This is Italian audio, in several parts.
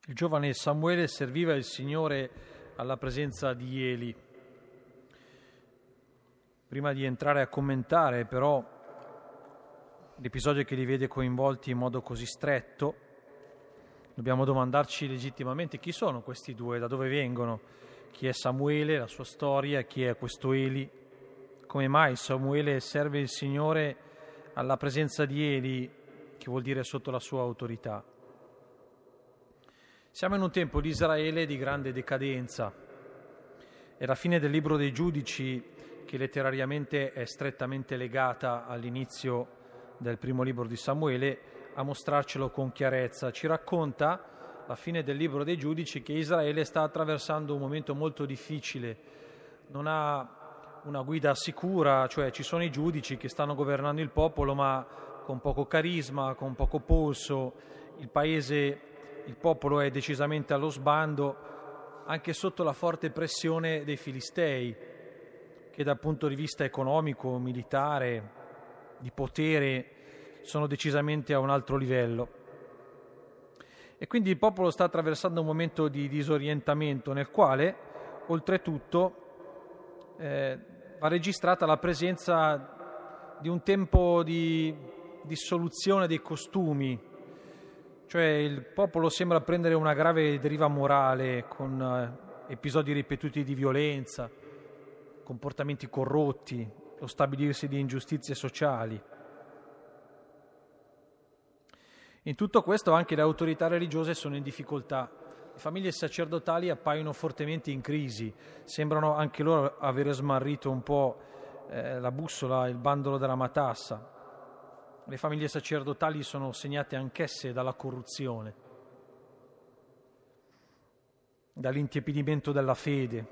Il giovane Samuele serviva il Signore alla presenza di Eli. Prima di entrare a commentare però l'episodio che li vede coinvolti in modo così stretto, dobbiamo domandarci legittimamente chi sono questi due, da dove vengono, chi è Samuele, la sua storia, chi è questo Eli, come mai Samuele serve il Signore alla presenza di Eli, che vuol dire sotto la sua autorità. Siamo in un tempo di Israele di grande decadenza. È la fine del libro dei Giudici, che letterariamente è strettamente legata all'inizio del primo libro di Samuele, a mostrarcelo con chiarezza. Ci racconta la fine del libro dei Giudici che Israele sta attraversando un momento molto difficile, non ha una guida sicura, cioè ci sono i giudici che stanno governando il popolo ma con poco carisma, con poco polso, il popolo è decisamente allo sbando, anche sotto la forte pressione dei Filistei, che dal punto di vista economico, militare, di potere, sono decisamente a un altro livello. E quindi il popolo sta attraversando un momento di disorientamento nel quale, oltretutto, va registrata la presenza di un tempo di dissoluzione dei costumi. Cioè il popolo sembra prendere una grave deriva morale con episodi ripetuti di violenza, comportamenti corrotti, lo stabilirsi di ingiustizie sociali. In tutto questo anche le autorità religiose sono in difficoltà. Le famiglie sacerdotali appaiono fortemente in crisi, sembrano anche loro avere smarrito un po' la bussola, il bandolo della matassa. Le famiglie sacerdotali sono segnate anch'esse dalla corruzione, dall'intiepidimento della fede.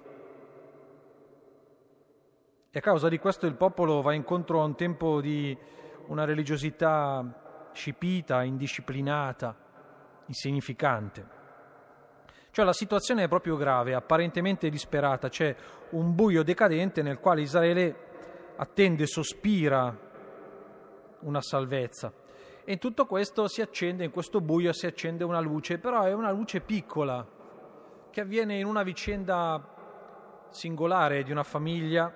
E a causa di questo il popolo va incontro a un tempo di una religiosità scipita, indisciplinata, insignificante. Cioè la situazione è proprio grave, apparentemente disperata, c'è un buio decadente nel quale Israele attende, sospira una salvezza. E in tutto questo in questo buio si accende una luce, però è una luce piccola, che avviene in una vicenda singolare di una famiglia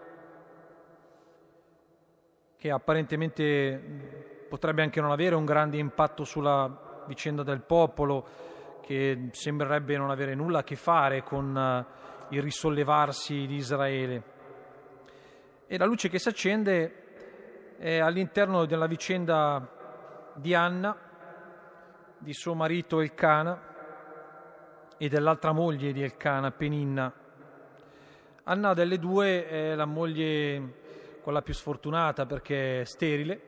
che apparentemente potrebbe anche non avere un grande impatto sulla vicenda del popolo, che sembrerebbe non avere nulla a che fare con il risollevarsi di Israele. E la luce che si accende è all'interno della vicenda di Anna, di suo marito Elcana e dell'altra moglie di Elcana, Peninna. Anna delle due è la moglie quella più sfortunata perché è sterile,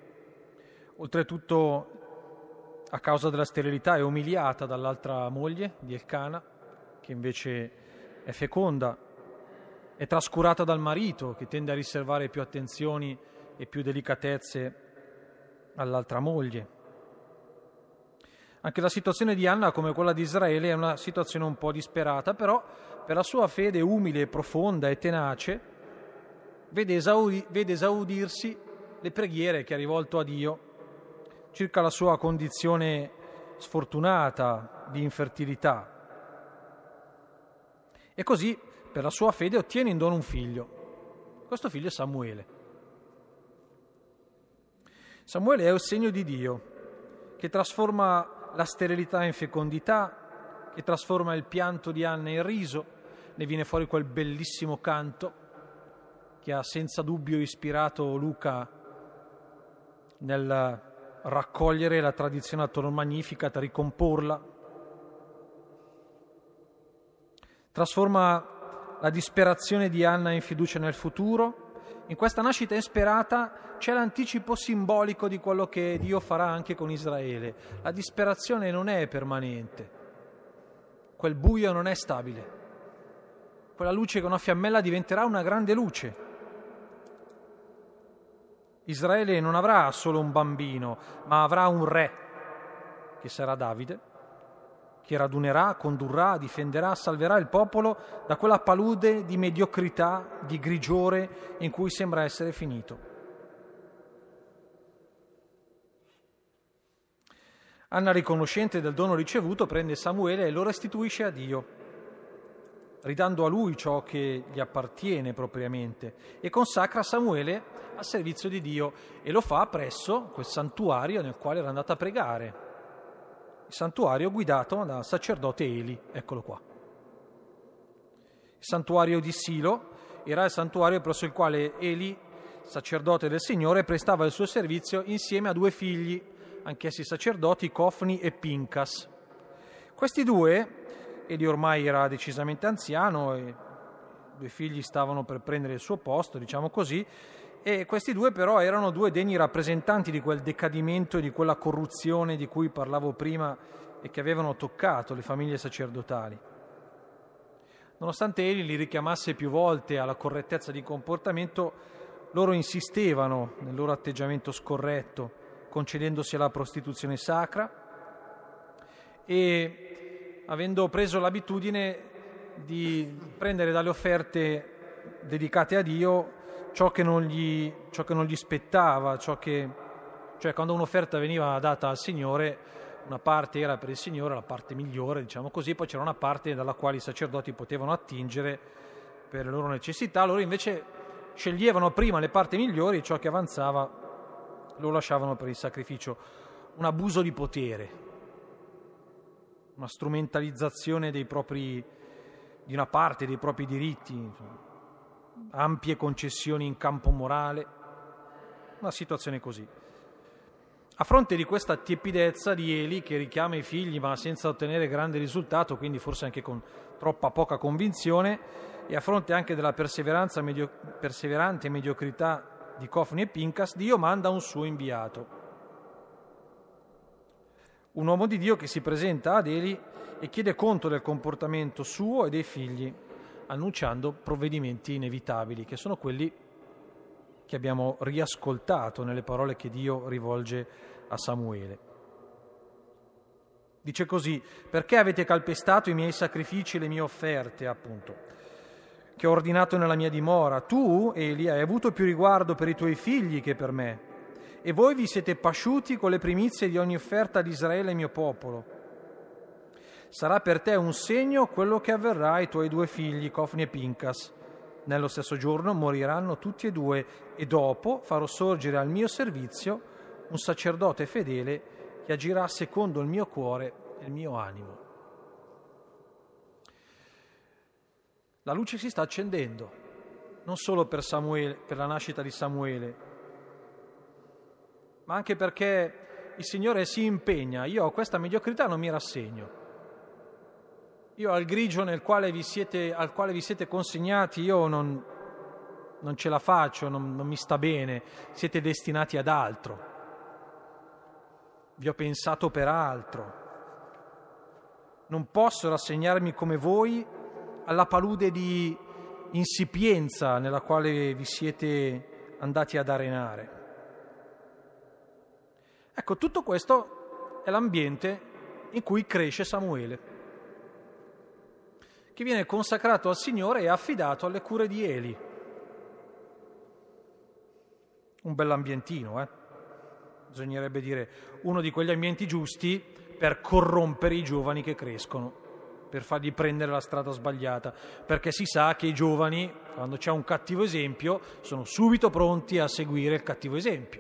oltretutto a causa della sterilità è umiliata dall'altra moglie di Elcana, che invece è feconda, è trascurata dal marito che tende a riservare più attenzioni e più delicatezze all'altra moglie. Anche la situazione di Anna, come quella di Israele, è una situazione un po' disperata, però per la sua fede umile, profonda e tenace vede esaudirsi le preghiere che ha rivolto a Dio circa la sua condizione sfortunata di infertilità. E così, per la sua fede, ottiene in dono un figlio. Questo figlio è Samuele. Samuele è il segno di Dio, che trasforma la sterilità in fecondità, che trasforma il pianto di Anna in riso, ne viene fuori quel bellissimo canto che ha senza dubbio ispirato Luca nel raccogliere la tradizione attorno al Magnificat, ricomporla. Trasforma la disperazione di Anna in fiducia nel futuro. In questa nascita insperata c'è l'anticipo simbolico di quello che Dio farà anche con Israele. La disperazione non è permanente, quel buio non è stabile, quella luce che una fiammella diventerà una grande luce. Israele non avrà solo un bambino, ma avrà un re, che sarà Davide, che radunerà, condurrà, difenderà, salverà il popolo da quella palude di mediocrità, di grigiore in cui sembra essere finito. Anna, riconoscente del dono ricevuto, prende Samuele e lo restituisce a Dio, ridando a lui ciò che gli appartiene propriamente, e consacra Samuele al servizio di Dio, e lo fa presso quel santuario nel quale era andata a pregare, il santuario guidato dal sacerdote Eli. Eccolo qua. Il santuario di Silo era il santuario presso il quale Eli, sacerdote del Signore, prestava il suo servizio insieme a 2 figli, anch'essi sacerdoti, Cofni e Pinchas. Questi 2, Eli ormai era decisamente anziano e 2 figli stavano per prendere il suo posto, diciamo così, e questi 2 però erano 2 degni rappresentanti di quel decadimento e di quella corruzione di cui parlavo prima e che avevano toccato le famiglie sacerdotali. Nonostante Eli li richiamasse più volte alla correttezza di comportamento, loro insistevano nel loro atteggiamento scorretto, concedendosi alla prostituzione sacra e avendo preso l'abitudine di prendere dalle offerte dedicate a Dio ciò che non gli spettava, cioè quando un'offerta veniva data al Signore, una parte era per il Signore, la parte migliore, diciamo così, poi c'era una parte dalla quale i sacerdoti potevano attingere per le loro necessità. Loro invece sceglievano prima le parti migliori e ciò che avanzava lo lasciavano per il sacrificio. Un abuso di potere, una strumentalizzazione di una parte dei propri diritti, ampie concessioni in campo morale, una situazione così. A fronte di questa tiepidezza di Eli, che richiama i figli ma senza ottenere grande risultato, quindi forse anche con troppa poca convinzione, e a fronte anche della perseverante mediocrità di Cofni e Pinchas, Dio manda un suo inviato, un uomo di Dio che si presenta ad Eli e chiede conto del comportamento suo e dei figli, annunciando provvedimenti inevitabili, che sono quelli che abbiamo riascoltato nelle parole che Dio rivolge a Samuele. Dice così: perché avete calpestato i miei sacrifici e le mie offerte, appunto, che ho ordinato nella mia dimora? Tu, Eli, hai avuto più riguardo per i tuoi figli che per me, e voi vi siete pasciuti con le primizie di ogni offerta di Israele, mio popolo. Sarà per te un segno quello che avverrà ai tuoi 2 figli, Cofni e Pinchas. Nello stesso giorno moriranno tutti e 2, e dopo farò sorgere al mio servizio un sacerdote fedele che agirà secondo il mio cuore e il mio animo. La luce si sta accendendo, non solo per Samuele, per la nascita di Samuele, ma anche perché il Signore si impegna. Io a questa mediocrità non mi rassegno. Io al grigio al quale vi siete consegnati, io non ce la faccio, non mi sta bene, siete destinati ad altro. Vi ho pensato per altro. Non posso rassegnarmi come voi alla palude di insipienza nella quale vi siete andati ad arenare. Ecco, tutto questo è l'ambiente in cui cresce Samuele, che viene consacrato al Signore e affidato alle cure di Eli. Un bell'ambientino, bisognerebbe dire, uno di quegli ambienti giusti per corrompere i giovani che crescono, per fargli prendere la strada sbagliata, perché si sa che i giovani, quando c'è un cattivo esempio, sono subito pronti a seguire il cattivo esempio.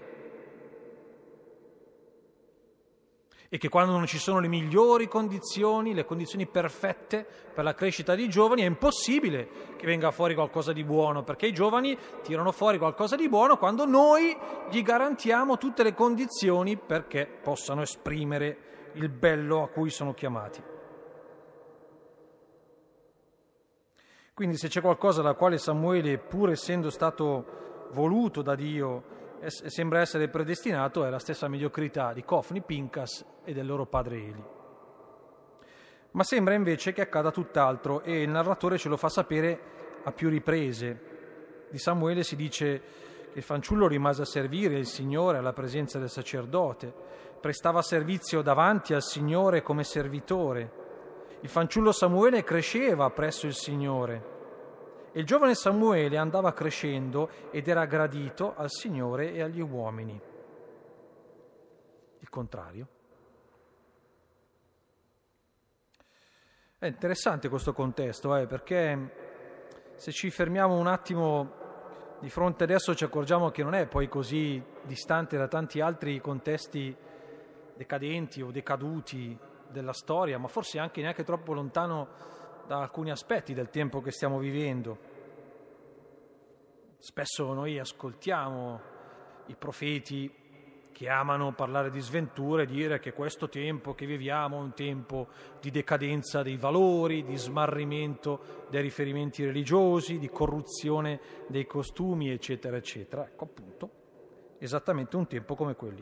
E che quando non ci sono le migliori condizioni, le condizioni perfette per la crescita dei giovani, è impossibile che venga fuori qualcosa di buono, perché i giovani tirano fuori qualcosa di buono quando noi gli garantiamo tutte le condizioni perché possano esprimere il bello a cui sono chiamati. Quindi se c'è qualcosa da quale Samuele, pur essendo stato voluto da Dio, sembra essere predestinato, è la stessa mediocrità di Cofni, Pinchas e del loro padre Eli. Ma sembra invece che accada tutt'altro, e il narratore ce lo fa sapere a più riprese. Di Samuele si dice che il fanciullo rimase a servire il Signore alla presenza del sacerdote, prestava servizio davanti al Signore come servitore. Il fanciullo Samuele cresceva presso il Signore. E il giovane Samuele andava crescendo ed era gradito al Signore e agli uomini. Il contrario. È interessante questo contesto, perché se ci fermiamo un attimo di fronte adesso ci accorgiamo che non è poi così distante da tanti altri contesti decadenti o decaduti della storia, ma forse anche neanche troppo lontano da alcuni aspetti del tempo che stiamo vivendo. Spesso noi ascoltiamo i profeti che amano parlare di sventure e dire che questo tempo che viviamo è un tempo di decadenza dei valori, di smarrimento dei riferimenti religiosi, di corruzione dei costumi, eccetera, eccetera. Ecco, appunto, esattamente un tempo come quelli.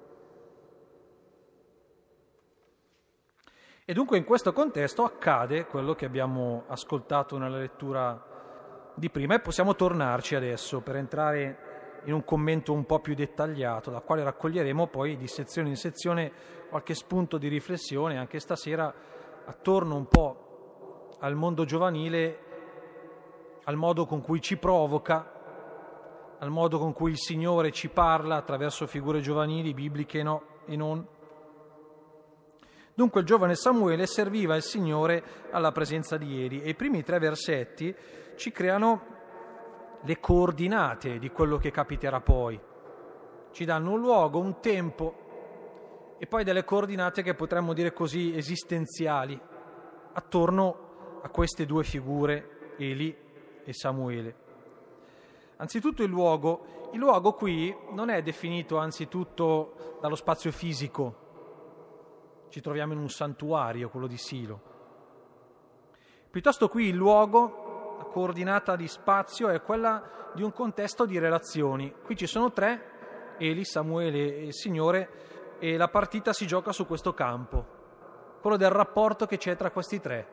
E dunque in questo contesto accade quello che abbiamo ascoltato nella lettura di prima e possiamo tornarci adesso per entrare in un commento un po' più dettagliato, da quale raccoglieremo poi di sezione in sezione qualche spunto di riflessione, anche stasera attorno un po' al mondo giovanile, al modo con cui ci provoca, al modo con cui il Signore ci parla attraverso figure giovanili, bibliche e non. Dunque il giovane Samuele serviva il Signore alla presenza di Eli e i primi 3 versetti ci creano le coordinate di quello che capiterà poi. Ci danno un luogo, un tempo e poi delle coordinate che potremmo dire così esistenziali attorno a queste 2 figure, Eli e Samuele. Anzitutto il luogo. Il luogo qui non è definito anzitutto dallo spazio fisico. Ci troviamo in un santuario, quello di Silo. Piuttosto qui il luogo, la coordinata di spazio, è quella di un contesto di relazioni. Qui ci sono 3, Eli, Samuele e il Signore, e la partita si gioca su questo campo, quello del rapporto che c'è tra questi 3.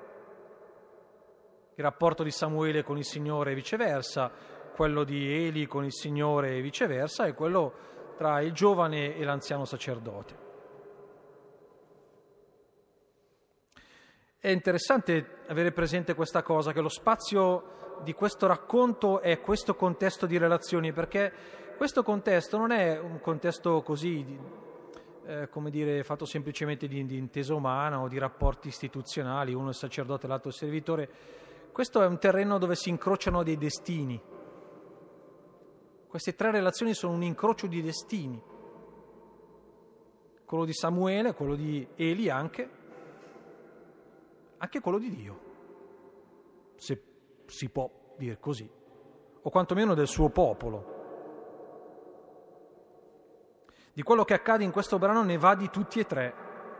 Il rapporto di Samuele con il Signore e viceversa, quello di Eli con il Signore e viceversa, e quello tra il giovane e l'anziano sacerdote. È interessante avere presente questa cosa, che lo spazio di questo racconto è questo contesto di relazioni, perché questo contesto non è un contesto così, come dire, fatto semplicemente di intesa umana o di rapporti istituzionali, uno è il sacerdote e l'altro il servitore. Questo è un terreno dove si incrociano dei destini. Queste 3 relazioni sono un incrocio di destini. Quello di Samuele, quello di Eli anche quello di Dio, se si può dire così, o quantomeno del suo popolo. Di quello che accade in questo brano ne va di tutti e 3.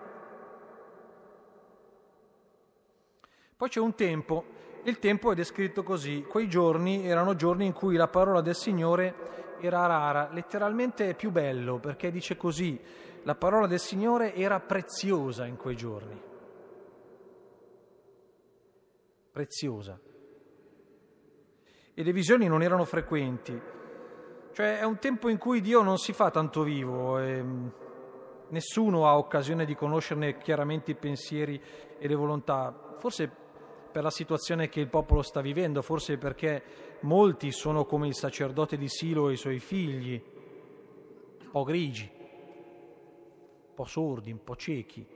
Poi c'è un tempo, e il tempo è descritto così: quei giorni erano giorni in cui la parola del Signore era rara, letteralmente è più bello, perché dice così: la parola del Signore era preziosa in quei giorni. Preziosa. E le visioni non erano frequenti. Cioè è un tempo in cui Dio non si fa tanto vivo e nessuno ha occasione di conoscerne chiaramente i pensieri e le volontà. Forse per la situazione che il popolo sta vivendo, forse perché molti sono come il sacerdote di Silo e i suoi figli, un po' grigi, un po' sordi, un po' ciechi.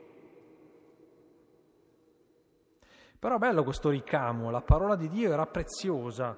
Però è bello questo ricamo, la parola di Dio era preziosa.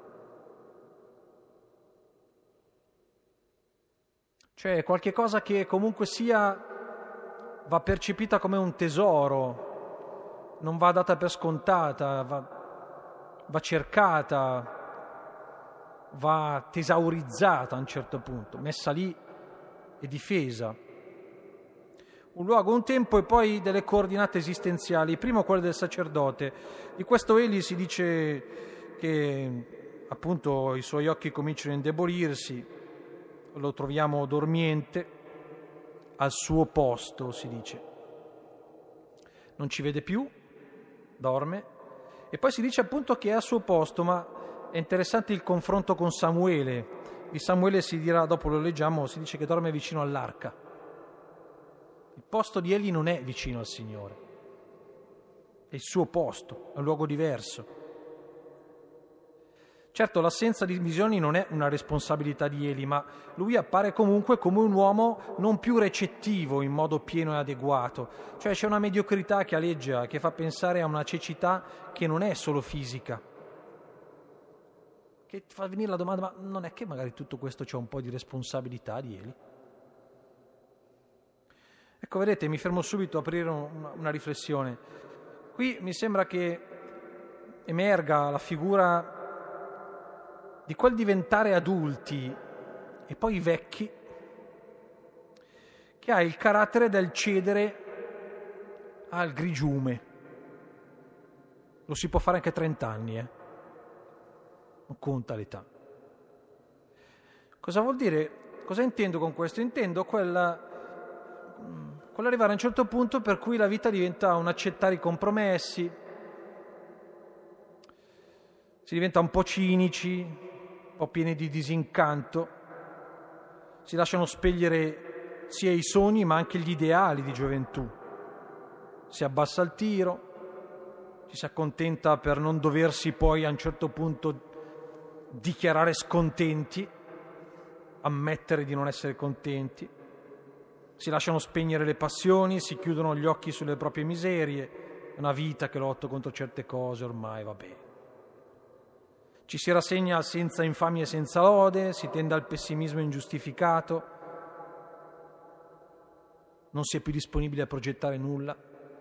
Cioè qualche cosa che comunque sia va percepita come un tesoro, non va data per scontata, va cercata, va tesaurizzata a un certo punto, messa lì e difesa. Un luogo, un tempo e poi delle coordinate esistenziali. Primo quelle del sacerdote. Di questo Eli si dice che appunto i suoi occhi cominciano a indebolirsi, lo troviamo dormiente, al suo posto si dice. Non ci vede più, dorme, e poi si dice appunto che è al suo posto, ma è interessante il confronto con Samuele. Di Samuele si dirà, dopo lo leggiamo, si dice che dorme vicino all'arca. Il posto di Eli non è vicino al Signore, è il suo posto, è un luogo diverso. Certo, l'assenza di visioni non è una responsabilità di Eli, ma lui appare comunque come un uomo non più recettivo in modo pieno e adeguato. Cioè c'è una mediocrità che aleggia, che fa pensare a una cecità che non è solo fisica. Che fa venire la domanda, ma non è che magari tutto questo c'è un po' di responsabilità di Eli? Ecco, vedete, mi fermo subito a aprire una riflessione. Qui mi sembra che emerga la figura di quel diventare adulti e poi vecchi che ha il carattere del cedere al grigiume. Lo si può fare anche a 30 anni, non conta l'età. Cosa vuol dire? Cosa intendo con questo? Intendo quell'arrivare a un certo punto per cui la vita diventa un accettare i compromessi, si diventa un po' cinici, un po' pieni di disincanto, si lasciano spegliere sia i sogni ma anche gli ideali di gioventù, si abbassa il tiro, ci si accontenta per non doversi poi a un certo punto dichiarare scontenti, ammettere di non essere contenti, si lasciano spegnere le passioni, si chiudono gli occhi sulle proprie miserie, una vita che lotta contro certe cose ormai va bene. Ci si rassegna senza infamia e senza lode, si tende al pessimismo ingiustificato, non si è più disponibili a progettare nulla.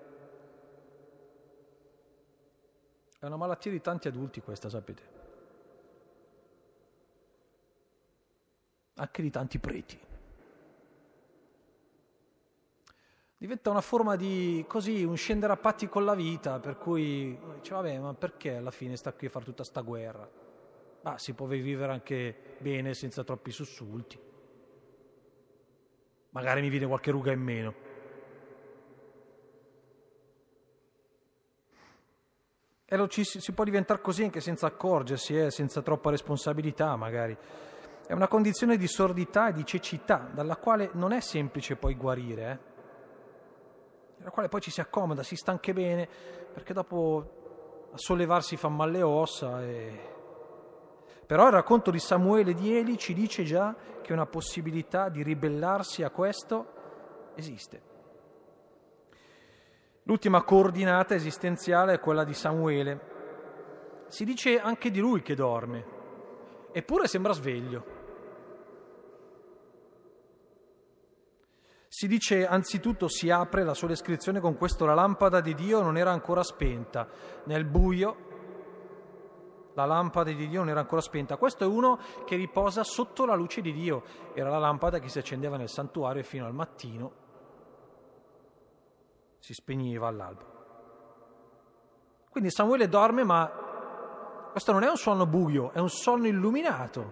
È una malattia di tanti adulti questa, sapete? Anche di tanti preti. Diventa una forma di, così, un scendere a patti con la vita, per cui dice, vabbè, ma perché alla fine sta qui a fare tutta sta guerra? Ma si può vivere anche bene senza troppi sussulti. Magari mi viene qualche ruga in meno. E si può diventare così anche senza accorgersi, senza troppa responsabilità magari. È una condizione di sordità e di cecità, dalla quale non è semplice poi guarire, nella quale poi ci si accomoda, si sta anche bene, perché dopo a sollevarsi fa male le ossa. Però il racconto di Samuele e di Eli ci dice già che una possibilità di ribellarsi a questo esiste. L'ultima coordinata esistenziale è quella di Samuele. Si dice anche di lui che dorme, eppure sembra sveglio. Si dice, anzitutto si apre la sua descrizione con questo: la lampada di Dio non era ancora spenta. Nel buio la lampada di Dio non era ancora spenta. Questo è uno che riposa sotto la luce di Dio. Era la lampada che si accendeva nel santuario fino al mattino si spegneva all'alba. Quindi Samuele dorme, ma questo non è un sonno buio, è un sonno illuminato.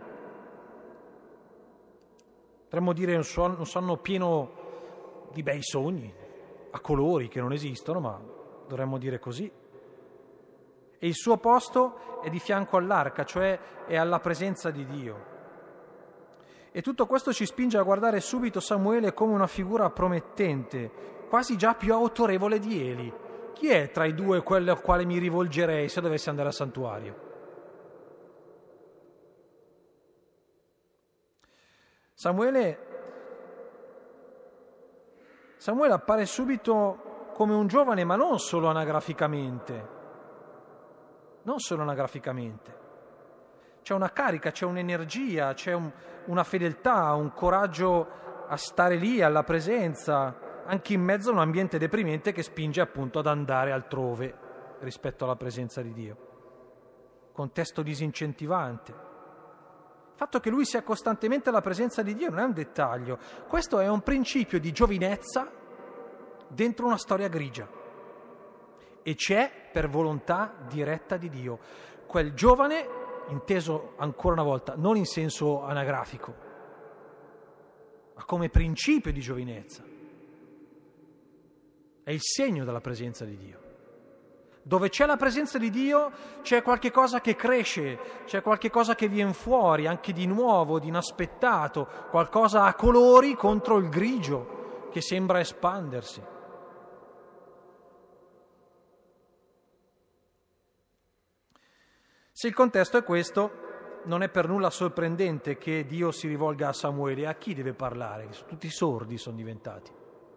Potremmo dire un sonno pieno di bei sogni, a colori che non esistono, ma dovremmo dire così. E il suo posto è di fianco all'arca, cioè è alla presenza di Dio. E tutto questo ci spinge a guardare subito Samuele come una figura promettente, quasi già più autorevole di Eli. Chi è tra i due quello al quale mi rivolgerei se dovessi andare al santuario? Samuele appare subito come un giovane, ma non solo anagraficamente. C'è una carica, c'è un'energia, c'è una fedeltà, un coraggio a stare lì alla presenza, anche in mezzo a un ambiente deprimente che spinge appunto ad andare altrove rispetto alla presenza di Dio. Contesto disincentivante. Il fatto che lui sia costantemente alla presenza di Dio non è un dettaglio, questo è un principio di giovinezza dentro una storia grigia. E c'è per volontà diretta di Dio. Quel giovane, inteso ancora una volta, non in senso anagrafico, ma come principio di giovinezza. È il segno della presenza di Dio. Dove c'è la presenza di Dio c'è qualche cosa che cresce, c'è qualche cosa che viene fuori, anche di nuovo, di inaspettato, qualcosa a colori contro il grigio che sembra espandersi. Se il contesto è questo, non è per nulla sorprendente che Dio si rivolga a Samuele. A chi deve parlare? Tutti sordi sono diventati.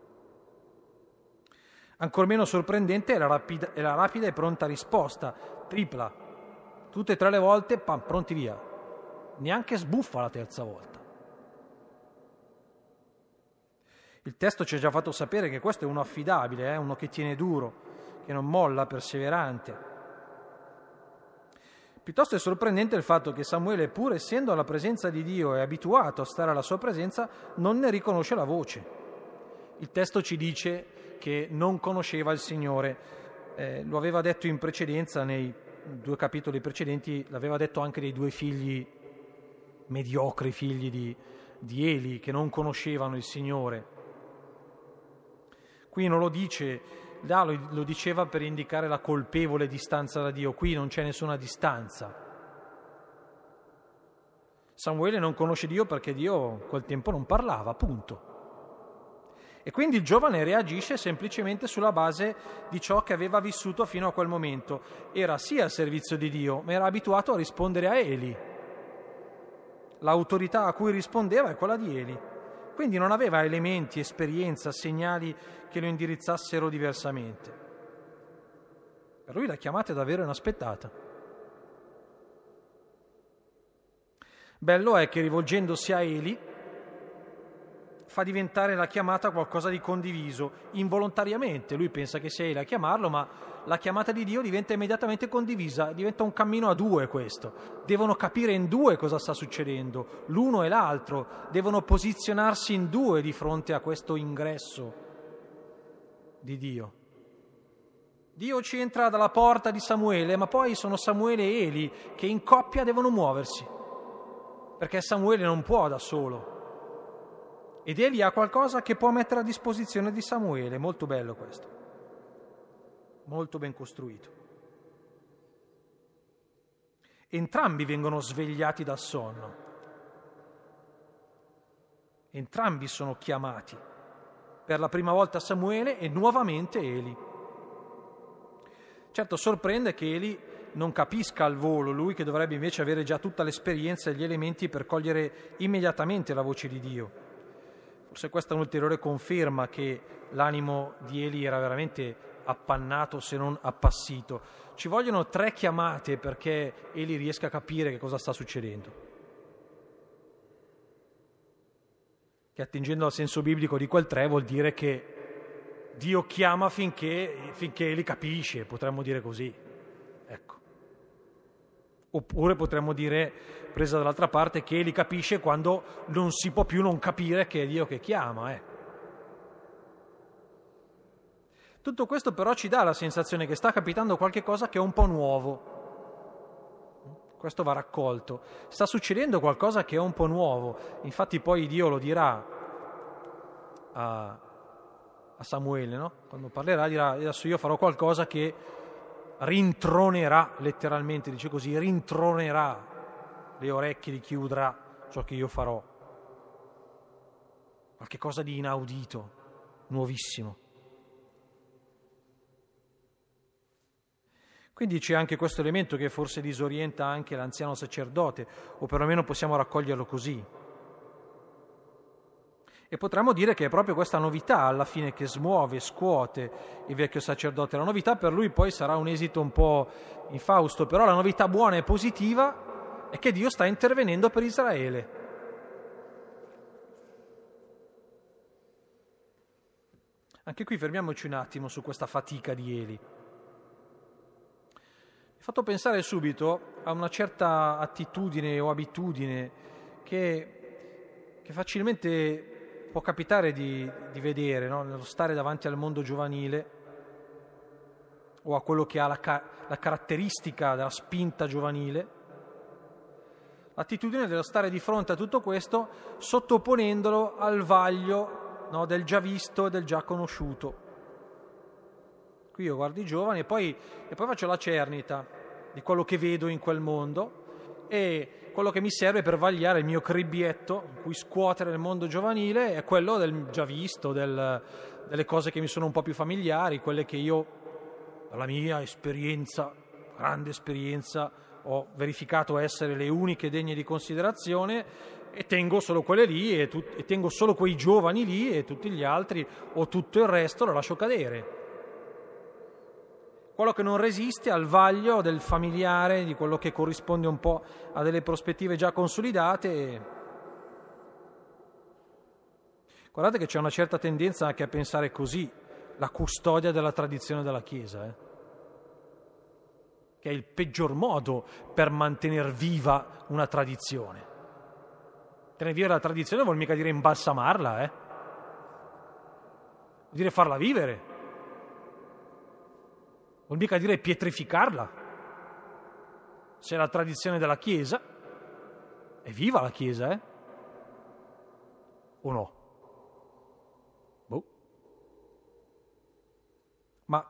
Ancor meno sorprendente è la rapida e pronta risposta, tripla. Tutte e 3 le volte, pam, pronti via. Neanche sbuffa la terza volta. Il testo ci ha già fatto sapere che questo è uno affidabile, uno che tiene duro, che non molla, perseverante. Piuttosto è sorprendente il fatto che Samuele, pur essendo alla presenza di Dio e abituato a stare alla sua presenza, non ne riconosce la voce. Il testo ci dice che non conosceva il Signore. Lo aveva detto in precedenza, nei 2 capitoli precedenti, l'aveva detto anche dei 2 figli mediocri, figli di Eli, che non conoscevano il Signore. Qui non lo dice, là lo diceva per indicare la colpevole distanza da Dio. Qui non c'è nessuna distanza. Samuele non conosce Dio perché Dio in quel tempo non parlava, punto. E quindi il giovane reagisce semplicemente sulla base di ciò che aveva vissuto fino a quel momento. Era sì al servizio di Dio, ma era abituato a rispondere a Eli. L'autorità a cui rispondeva è quella di Eli. Quindi non aveva elementi, esperienza, segnali che lo indirizzassero diversamente. Per lui la chiamata è davvero inaspettata. Bello è che rivolgendosi a Eli fa diventare la chiamata qualcosa di condiviso, involontariamente. Lui pensa che sia Eli a chiamarlo, ma la chiamata di Dio diventa immediatamente condivisa, diventa un cammino a 2 questo. Devono capire in 2 cosa sta succedendo, l'uno e l'altro, devono posizionarsi in 2 di fronte a questo ingresso di Dio. Dio ci entra dalla porta di Samuele, ma poi sono Samuele e Eli che in coppia devono muoversi, perché Samuele non può da solo. Ed Eli ha qualcosa che può mettere a disposizione di Samuele. Molto bello questo, molto ben costruito. Entrambi vengono svegliati dal sonno, entrambi sono chiamati, per la prima volta Samuele e nuovamente Eli. Certo, sorprende che Eli non capisca al volo, lui che dovrebbe invece avere già tutta l'esperienza e gli elementi per cogliere immediatamente la voce di Dio. Forse questa è un'ulteriore conferma che l'animo di Eli era veramente appannato, se non appassito. Ci vogliono 3 chiamate perché Eli riesca a capire che cosa sta succedendo. Che attingendo al senso biblico di quel 3 vuol dire che Dio chiama finché Eli capisce, potremmo dire così. Ecco. Oppure potremmo dire, presa dall'altra parte, che Eli capisce quando non si può più non capire che è Dio che chiama. Tutto questo però ci dà la sensazione che sta capitando qualche cosa che è un po' nuovo. Questo va raccolto. Sta succedendo qualcosa che è un po' nuovo. Infatti poi Dio lo dirà a Samuele, no? Quando parlerà dirà: adesso io farò qualcosa che rintronerà, letteralmente dice così, rintronerà le orecchie di chi udrà ciò che io farò. Qualche cosa di inaudito, nuovissimo. Quindi c'è anche questo elemento che forse disorienta anche l'anziano sacerdote, o perlomeno possiamo raccoglierlo così. E potremmo dire che è proprio questa novità alla fine che smuove, scuote il vecchio sacerdote. La novità per lui poi sarà un esito un po' infausto, però la novità buona e positiva è che Dio sta intervenendo per Israele. Anche qui fermiamoci un attimo su questa fatica di Eli. Mi ha fatto pensare subito a una certa attitudine o abitudine che facilmente può capitare di vedere, no? Nello stare davanti al mondo giovanile o a quello che ha la caratteristica della spinta giovanile, l'attitudine dello stare di fronte a tutto questo sottoponendolo al vaglio, no, del già visto e del già conosciuto. Qui io guardo i giovani e poi faccio la cernita di quello che vedo in quel mondo, e quello che mi serve per vagliare il mio cribbietto in cui scuotere nel mondo giovanile è quello del già visto, delle cose che mi sono un po' più familiari, quelle che io, dalla mia esperienza, grande esperienza, ho verificato essere le uniche degne di considerazione e tengo solo quelle lì e tengo solo quei giovani lì e tutti gli altri o tutto il resto lo lascio cadere. Quello che non resiste al vaglio del familiare, di quello che corrisponde un po' a delle prospettive già consolidate. Guardate che c'è una certa tendenza anche a pensare così, la custodia della tradizione della Chiesa, che è il peggior modo per mantenere viva una tradizione. Tenere viva la tradizione vuol mica dire imbalsamarla, vuol dire farla vivere. Vuol mica dire pietrificarla. Se la tradizione della Chiesa è viva la Chiesa, o no? Boh. Ma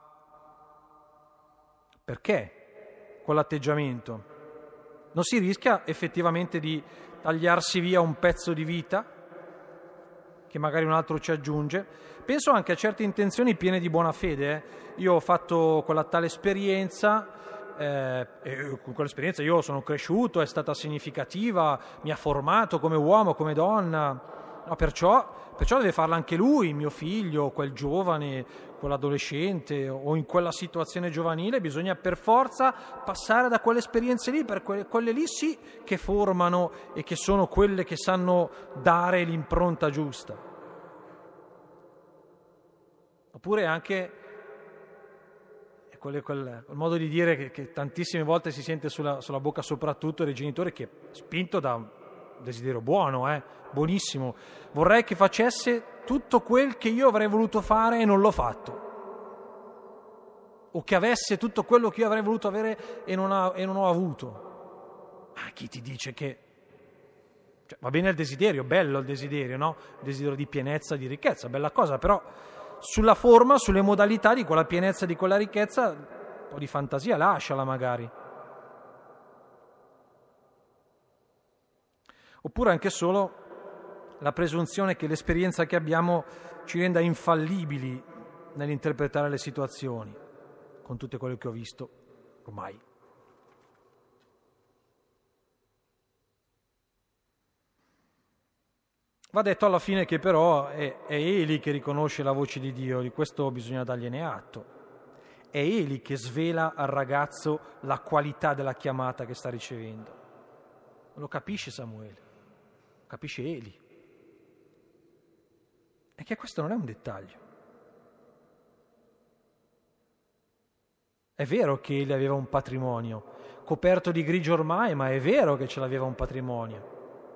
perché quell'atteggiamento? Non si rischia effettivamente di tagliarsi via un pezzo di vita che magari un altro ci aggiunge? Penso anche a certe intenzioni piene di buona fede. Io ho fatto quella tale esperienza, e con quell'esperienza io sono cresciuto, è stata significativa, mi ha formato come uomo, come donna. No, perciò deve farla anche lui, mio figlio, quel giovane, quell'adolescente o in quella situazione giovanile. Bisogna per forza passare da quelle esperienze lì, per quelle lì sì che formano e che sono quelle che sanno dare l'impronta giusta. Oppure anche quel modo di dire che tantissime volte si sente sulla bocca, soprattutto dei genitori, che spinto da un desiderio buono, buonissimo, vorrei che facesse tutto quel che io avrei voluto fare e non l'ho fatto, o che avesse tutto quello che io avrei voluto avere e non ho avuto. Ma chi ti dice che va bene il desiderio, bello il desiderio, no? Il desiderio di pienezza, di ricchezza, bella cosa, però sulla forma, sulle modalità di quella pienezza, di quella ricchezza, un po' di fantasia lasciala magari. Oppure anche solo la presunzione che l'esperienza che abbiamo ci renda infallibili nell'interpretare le situazioni, con tutte quelle che ho visto ormai. Va detto alla fine che però è Eli che riconosce la voce di Dio, di questo bisogna dargliene atto. È Eli che svela al ragazzo la qualità della chiamata che sta ricevendo. Lo capisce Samuele, lo capisce Eli. E che questo non è un dettaglio. È vero che Eli aveva un patrimonio, coperto di grigio ormai, ma è vero che ce l'aveva un patrimonio.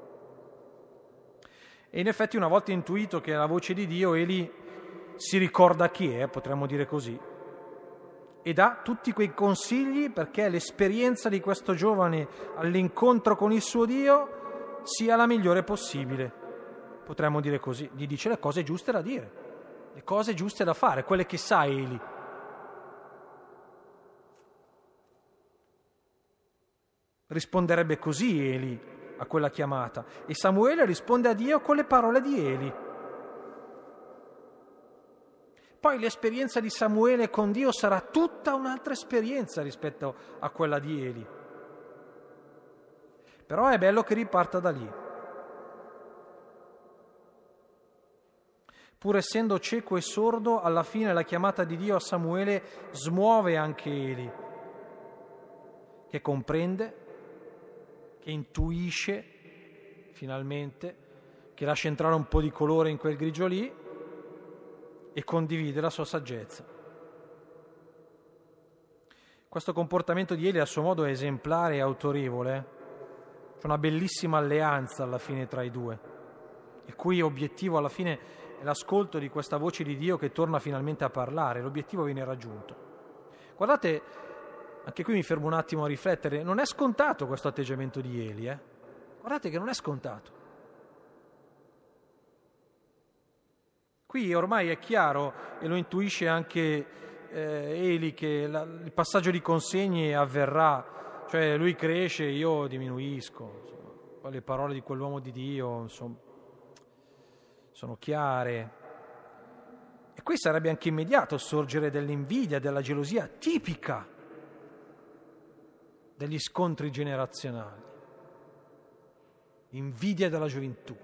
E in effetti una volta intuito che è la voce di Dio, Eli si ricorda chi è, potremmo dire così, e dà tutti quei consigli perché l'esperienza di questo giovane all'incontro con il suo Dio sia la migliore possibile, potremmo dire così. Gli dice le cose giuste da dire, le cose giuste da fare, quelle che sa Eli. Risponderebbe così Eli a quella chiamata, e Samuele risponde a Dio con le parole di Eli. Poi l'esperienza di Samuele con Dio sarà tutta un'altra esperienza rispetto a quella di Eli. Però è bello che riparta da lì. Pur essendo cieco e sordo, alla fine la chiamata di Dio a Samuele smuove anche Eli, che comprende, che intuisce finalmente, che lascia entrare un po' di colore in quel grigio lì e condivide la sua saggezza. Questo comportamento di Eli a suo modo è esemplare e autorevole. C'è una bellissima alleanza alla fine tra i due, il cui obiettivo alla fine è l'ascolto di questa voce di Dio che torna finalmente a parlare. L'obiettivo viene raggiunto. Guardate, anche qui mi fermo un attimo a riflettere, non è scontato questo atteggiamento di Eli, Guardate che non è scontato. Qui ormai è chiaro, e lo intuisce anche Eli, che il passaggio di consegne avverrà, cioè lui cresce, io diminuisco. Insomma, poi le parole di quell'uomo di Dio, insomma, sono chiare. E qui sarebbe anche immediato sorgere dell'invidia, della gelosia tipica degli scontri generazionali, invidia della gioventù.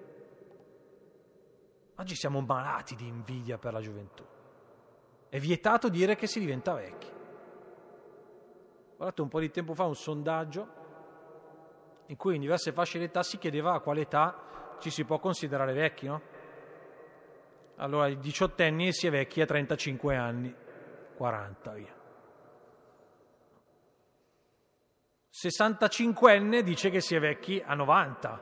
Oggi siamo malati di invidia per la gioventù. È vietato dire che si diventa vecchi. Guardate, un po' di tempo fa un sondaggio in cui in diverse fasce d'età si chiedeva a quale età ci si può considerare vecchi, no? Allora, i 18enni si è vecchi a 35 anni, 40, via. 65enne dice che si è vecchi a 90.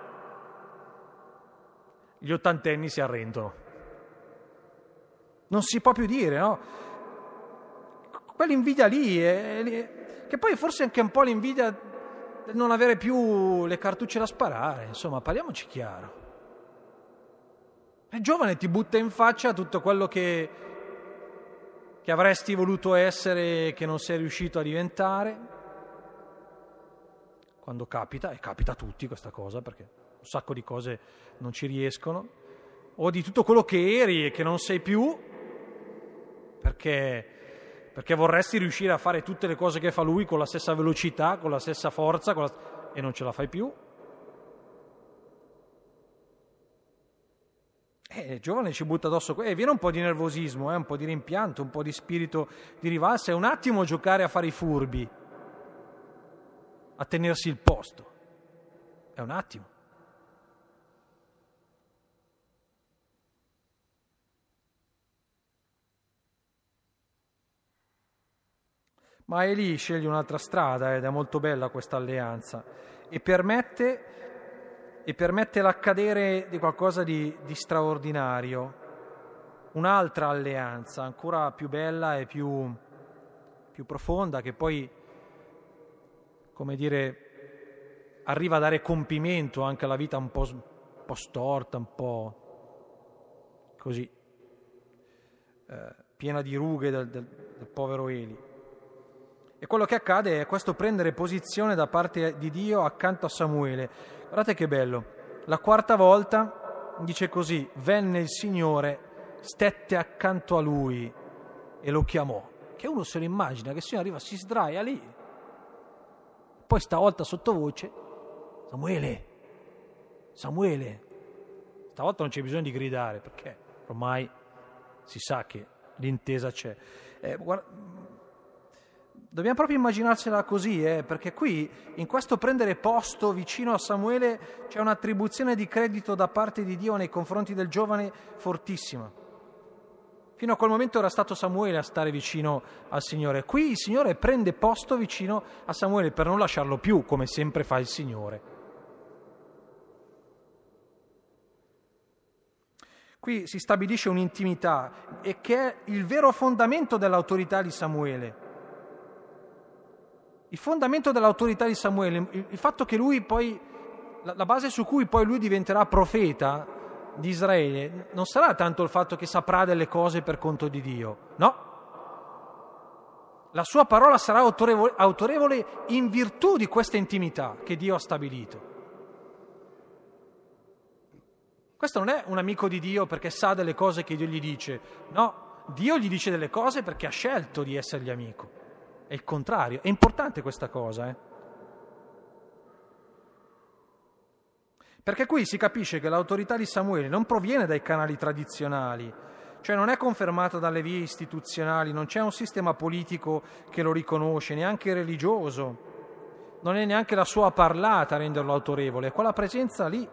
Gli 80enni si arrendono. Non si può più dire, no? Quell'invidia lì, che poi forse anche un po' l'invidia del non avere più le cartucce da sparare, insomma, parliamoci chiaro. Il giovane ti butta in faccia tutto quello che avresti voluto essere e che non sei riuscito a diventare. Quando capita, e capita a tutti questa cosa, perché un sacco di cose non ci riescono, o di tutto quello che eri e che non sei più, perché vorresti riuscire a fare tutte le cose che fa lui con la stessa velocità, con la stessa forza, e non ce la fai più. Il giovane ci butta addosso, e viene un po' di nervosismo, un po' di rimpianto, un po' di spirito di rivalsa, è un attimo giocare a fare i furbi, a tenersi il posto, è un attimo. Ma Eli sceglie un'altra strada ed è molto bella questa alleanza e permette l'accadere di qualcosa di straordinario, un'altra alleanza ancora più bella e più profonda, che poi, come dire, arriva a dare compimento anche alla vita un po' storta, un po' così, piena di rughe del povero Eli. E quello che accade è questo prendere posizione da parte di Dio accanto a Samuele. Guardate che bello. La quarta volta dice così: venne il Signore, stette accanto a lui e lo chiamò. Che uno se lo immagina, che il Signore arriva, si sdraia lì. Poi stavolta sottovoce: Samuele, Samuele. Stavolta non c'è bisogno di gridare, perché ormai si sa che l'intesa c'è. Dobbiamo proprio immaginarsela così, perché qui, in questo prendere posto vicino a Samuele, c'è un'attribuzione di credito da parte di Dio nei confronti del giovane fortissima. Fino a quel momento era stato Samuele a stare vicino al Signore. Qui il Signore prende posto vicino a Samuele per non lasciarlo più, come sempre fa il Signore. Qui si stabilisce un'intimità e che è il vero fondamento dell'autorità di Samuele. Il fondamento dell'autorità di Samuele, il fatto che lui poi, la base su cui poi lui diventerà profeta di Israele, non sarà tanto il fatto che saprà delle cose per conto di Dio, no. La sua parola sarà autorevole in virtù di questa intimità che Dio ha stabilito. Questo non è un amico di Dio perché sa delle cose che Dio gli dice, no, Dio gli dice delle cose perché ha scelto di essergli amico. È il contrario, è importante questa cosa, Perché qui si capisce che l'autorità di Samuele non proviene dai canali tradizionali, cioè non è confermata dalle vie istituzionali, non c'è un sistema politico che lo riconosce, neanche religioso, non è neanche la sua parlata a renderlo autorevole, è quella presenza lì.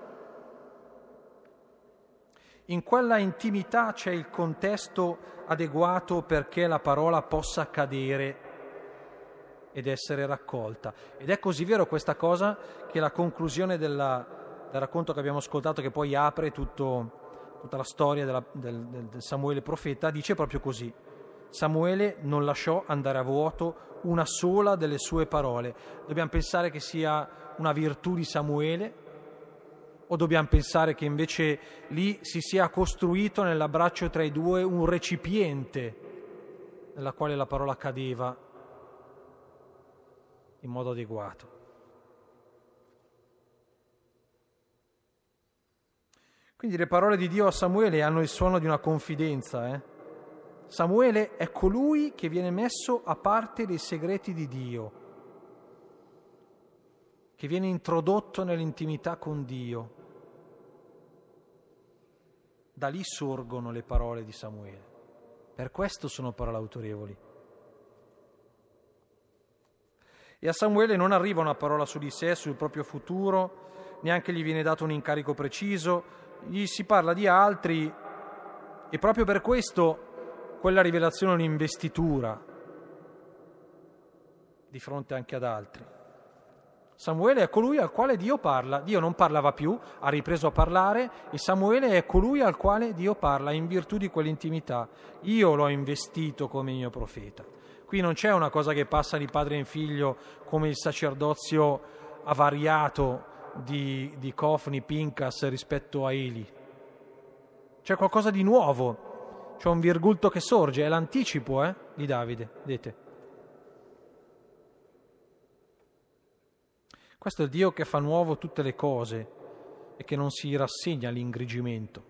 In quella intimità c'è il contesto adeguato perché la parola possa cadere ed essere raccolta. Ed è così vero questa cosa che la conclusione del racconto che abbiamo ascoltato, che poi apre tutta la storia del Samuele profeta, dice proprio così: Samuele non lasciò andare a vuoto una sola delle sue parole. Dobbiamo pensare che sia una virtù di Samuele, o dobbiamo pensare che invece lì si sia costruito nell'abbraccio tra i due un recipiente nella quale la parola cadeva in modo adeguato? Quindi le parole di Dio a Samuele hanno il suono di una confidenza. Samuele è colui che viene messo a parte dei segreti di Dio. che viene introdotto nell'intimità con Dio. Da lì sorgono le parole di Samuele. Per questo sono parole autorevoli. E a Samuele non arriva una parola su di sé, sul proprio futuro, neanche gli viene dato un incarico preciso, gli si parla di altri e proprio per questo quella rivelazione è un'investitura di fronte anche ad altri. Samuele è colui al quale Dio parla. Dio non parlava più, ha ripreso a parlare e Samuele è colui al quale Dio parla in virtù di quell'intimità. Io l'ho investito come mio profeta. Qui non c'è una cosa che passa di padre in figlio come il sacerdozio avariato di Cofni, Pinchas rispetto a Eli. C'è qualcosa di nuovo, c'è un virgulto che sorge, è l'anticipo di Davide, vedete? Questo è il Dio che fa nuovo tutte le cose e che non si rassegna all'ingrigimento.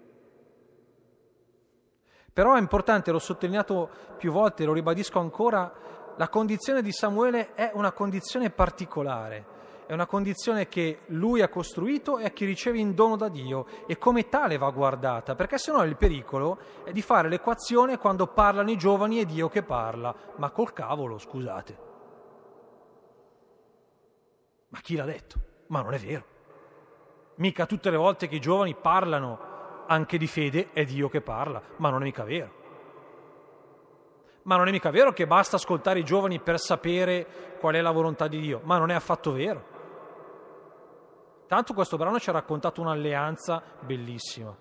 Però è importante, l'ho sottolineato più volte, lo ribadisco ancora, la condizione di Samuele è una condizione particolare, è una condizione che lui ha costruito e che riceve in dono da Dio e come tale va guardata, perché sennò il pericolo è di fare l'equazione quando parlano i giovani è Dio che parla, ma col cavolo, scusate. Ma chi l'ha detto? Ma non è vero. Mica tutte le volte che i giovani parlano anche di fede è Dio che parla, ma non è mica vero. Ma non è mica vero che basta ascoltare i giovani per sapere qual è la volontà di Dio, ma non è affatto vero. Tanto questo brano ci ha raccontato un'alleanza bellissima.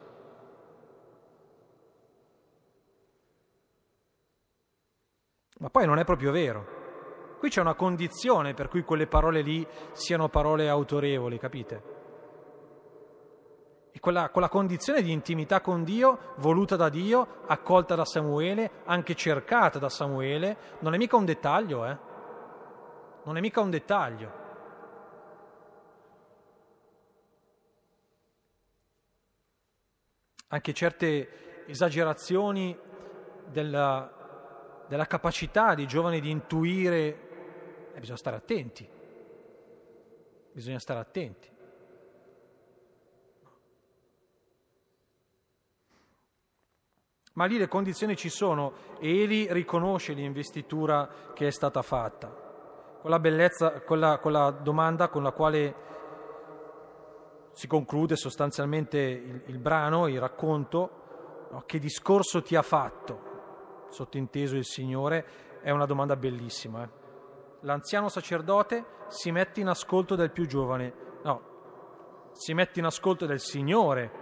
Ma poi non è proprio vero. Qui c'è una condizione per cui quelle parole lì siano parole autorevoli, capite? E quella condizione di intimità con Dio, voluta da Dio, accolta da Samuele, anche cercata da Samuele, non è mica un dettaglio, Non è mica un dettaglio. Anche certe esagerazioni della capacità dei giovani di intuire, bisogna stare attenti. Bisogna stare attenti. Ma lì le condizioni ci sono e Eli riconosce l'investitura che è stata fatta. Quella bellezza, quella domanda con la quale si conclude sostanzialmente il brano, il racconto, no? Che discorso ti ha fatto? Sottinteso il Signore, è una domanda bellissima. L'anziano sacerdote si mette in ascolto del più giovane, si mette in ascolto del Signore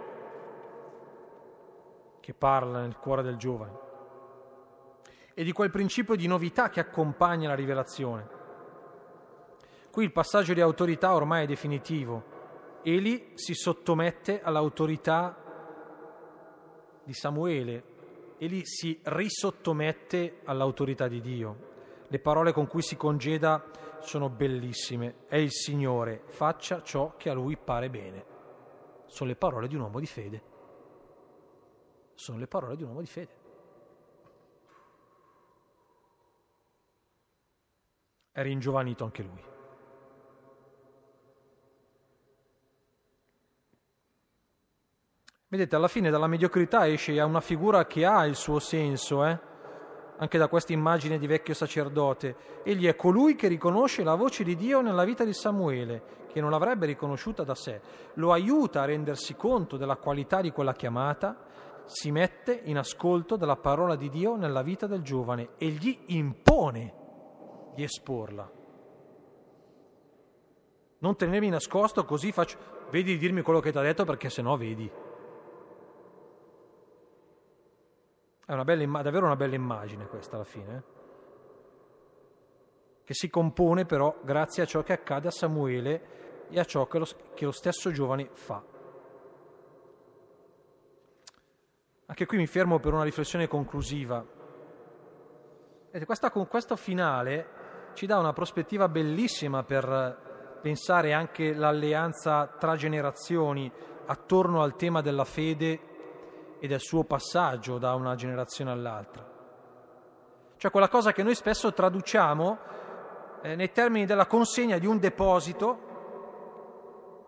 che parla nel cuore del giovane e di quel principio di novità che accompagna la rivelazione. Qui il passaggio di autorità ormai è definitivo. Eli si sottomette all'autorità di Samuele. Eli si risottomette all'autorità di Dio. Le parole con cui si congeda sono bellissime. È il Signore, faccia ciò che a Lui pare bene. Sono le parole di un uomo di fede. Sono le parole di un uomo di fede. È ringiovanito anche lui. Vedete, alla fine dalla mediocrità esce una figura che ha il suo senso, anche da questa immagine di vecchio sacerdote. Egli è colui che riconosce la voce di Dio nella vita di Samuele, che non l'avrebbe riconosciuta da sé. Lo aiuta a rendersi conto della qualità di quella chiamata, si mette in ascolto della parola di Dio nella vita del giovane e gli impone di esporla. Non tenermi nascosto così faccio, vedi di dirmi quello che ti ha detto perché sennò vedi. È una bella davvero una bella immagine questa alla fine, che si compone però grazie a ciò che accade a Samuele e a ciò che lo stesso giovane fa. Anche qui mi fermo per una riflessione conclusiva. Questo finale ci dà una prospettiva bellissima per pensare anche l'alleanza tra generazioni attorno al tema della fede e del suo passaggio da una generazione all'altra. Cioè quella cosa che noi spesso traduciamo nei termini della consegna di un deposito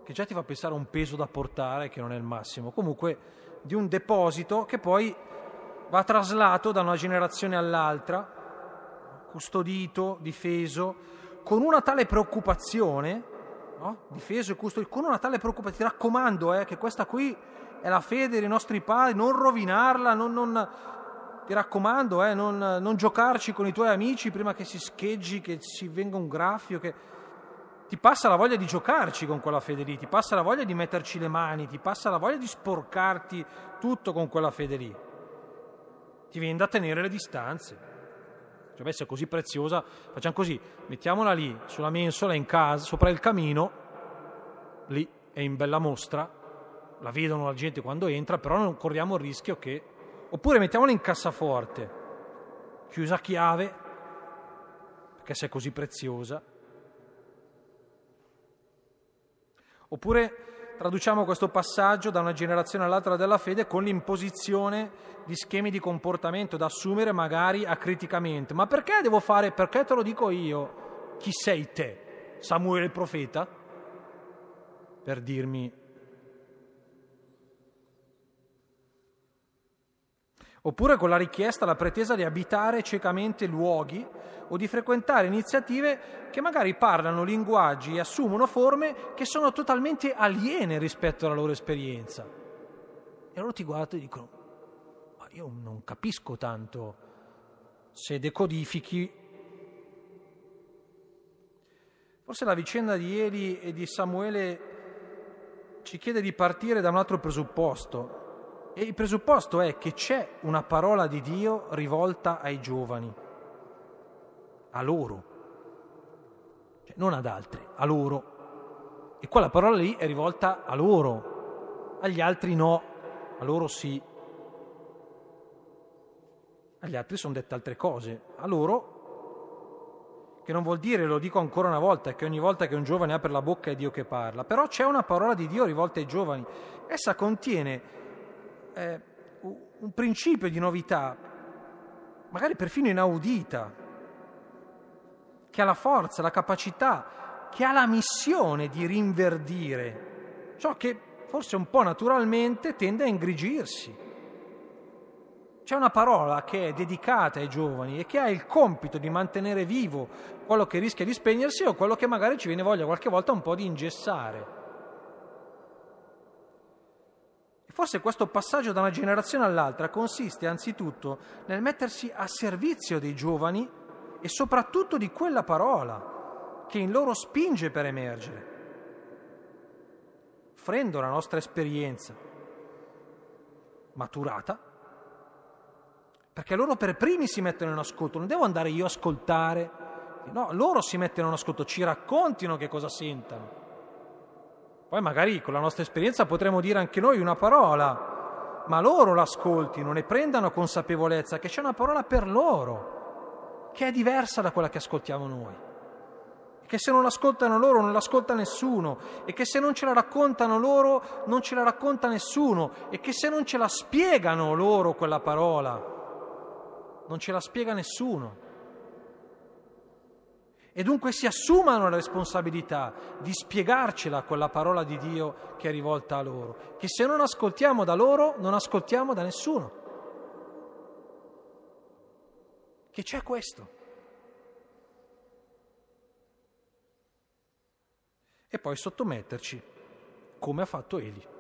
che già ti fa pensare a un peso da portare che non è il massimo, comunque di un deposito che poi va traslato da una generazione all'altra, custodito, difeso, con una tale preoccupazione, no? Difeso e custodito, con una tale preoccupazione, ti raccomando che questa qui è la fede dei nostri padri, non rovinarla, ti raccomando, non giocarci con i tuoi amici prima che si scheggi, che ci venga un graffio, che ti passa la voglia di giocarci con quella fede lì, ti passa la voglia di metterci le mani, ti passa la voglia di sporcarti tutto con quella fede lì. Ti viene da tenere le distanze. Cioè, beh, se è così preziosa, facciamo così, mettiamola lì, sulla mensola, in casa, sopra il camino, lì è in bella mostra, la vedono la gente quando entra, però non corriamo il rischio che... Oppure mettiamola in cassaforte, chiusa a chiave, perché se è così preziosa. Oppure traduciamo questo passaggio da una generazione all'altra della fede con l'imposizione di schemi di comportamento da assumere magari acriticamente. Ma perché devo fare? Perché te lo dico io? Chi sei te? Samuele il profeta? Per dirmi. Oppure con la richiesta, la pretesa di abitare ciecamente luoghi o di frequentare iniziative che magari parlano linguaggi e assumono forme che sono totalmente aliene rispetto alla loro esperienza. E loro ti guardano e dicono: ma io non capisco tanto se decodifichi. Forse la vicenda di Eli e di Samuele ci chiede di partire da un altro presupposto. E il presupposto è che c'è una parola di Dio rivolta ai giovani, a loro, cioè non ad altri, a loro. E quella parola lì è rivolta a loro, agli altri no, a loro sì. Agli altri sono dette altre cose, a loro, che non vuol dire, lo dico ancora una volta, che ogni volta che un giovane apre la bocca è Dio che parla, però c'è una parola di Dio rivolta ai giovani. Essa contiene un principio di novità, magari perfino inaudita, che ha la forza, la capacità, che ha la missione di rinverdire ciò che forse un po' naturalmente tende a ingrigirsi. C'è una parola che è dedicata ai giovani e che ha il compito di mantenere vivo quello che rischia di spegnersi o quello che magari ci viene voglia qualche volta un po' di ingessare. Forse questo passaggio da una generazione all'altra consiste anzitutto nel mettersi a servizio dei giovani e soprattutto di quella parola che in loro spinge per emergere. Offrendo la nostra esperienza maturata, perché loro per primi si mettono in ascolto, non devo andare io a ascoltare, no, loro si mettono in ascolto, ci raccontino che cosa sentono. Poi magari con la nostra esperienza potremo dire anche noi una parola, ma loro l'ascoltino, ne prendano consapevolezza che c'è una parola per loro, che è diversa da quella che ascoltiamo noi. E che se non l'ascoltano loro non l'ascolta nessuno, e che se non ce la raccontano loro non ce la racconta nessuno, e che se non ce la spiegano loro quella parola non ce la spiega nessuno. E dunque si assumano la responsabilità di spiegarcela quella parola di Dio che è rivolta a loro, che se non ascoltiamo da loro non ascoltiamo da nessuno. Che c'è questo. E poi sottometterci, come ha fatto Eli.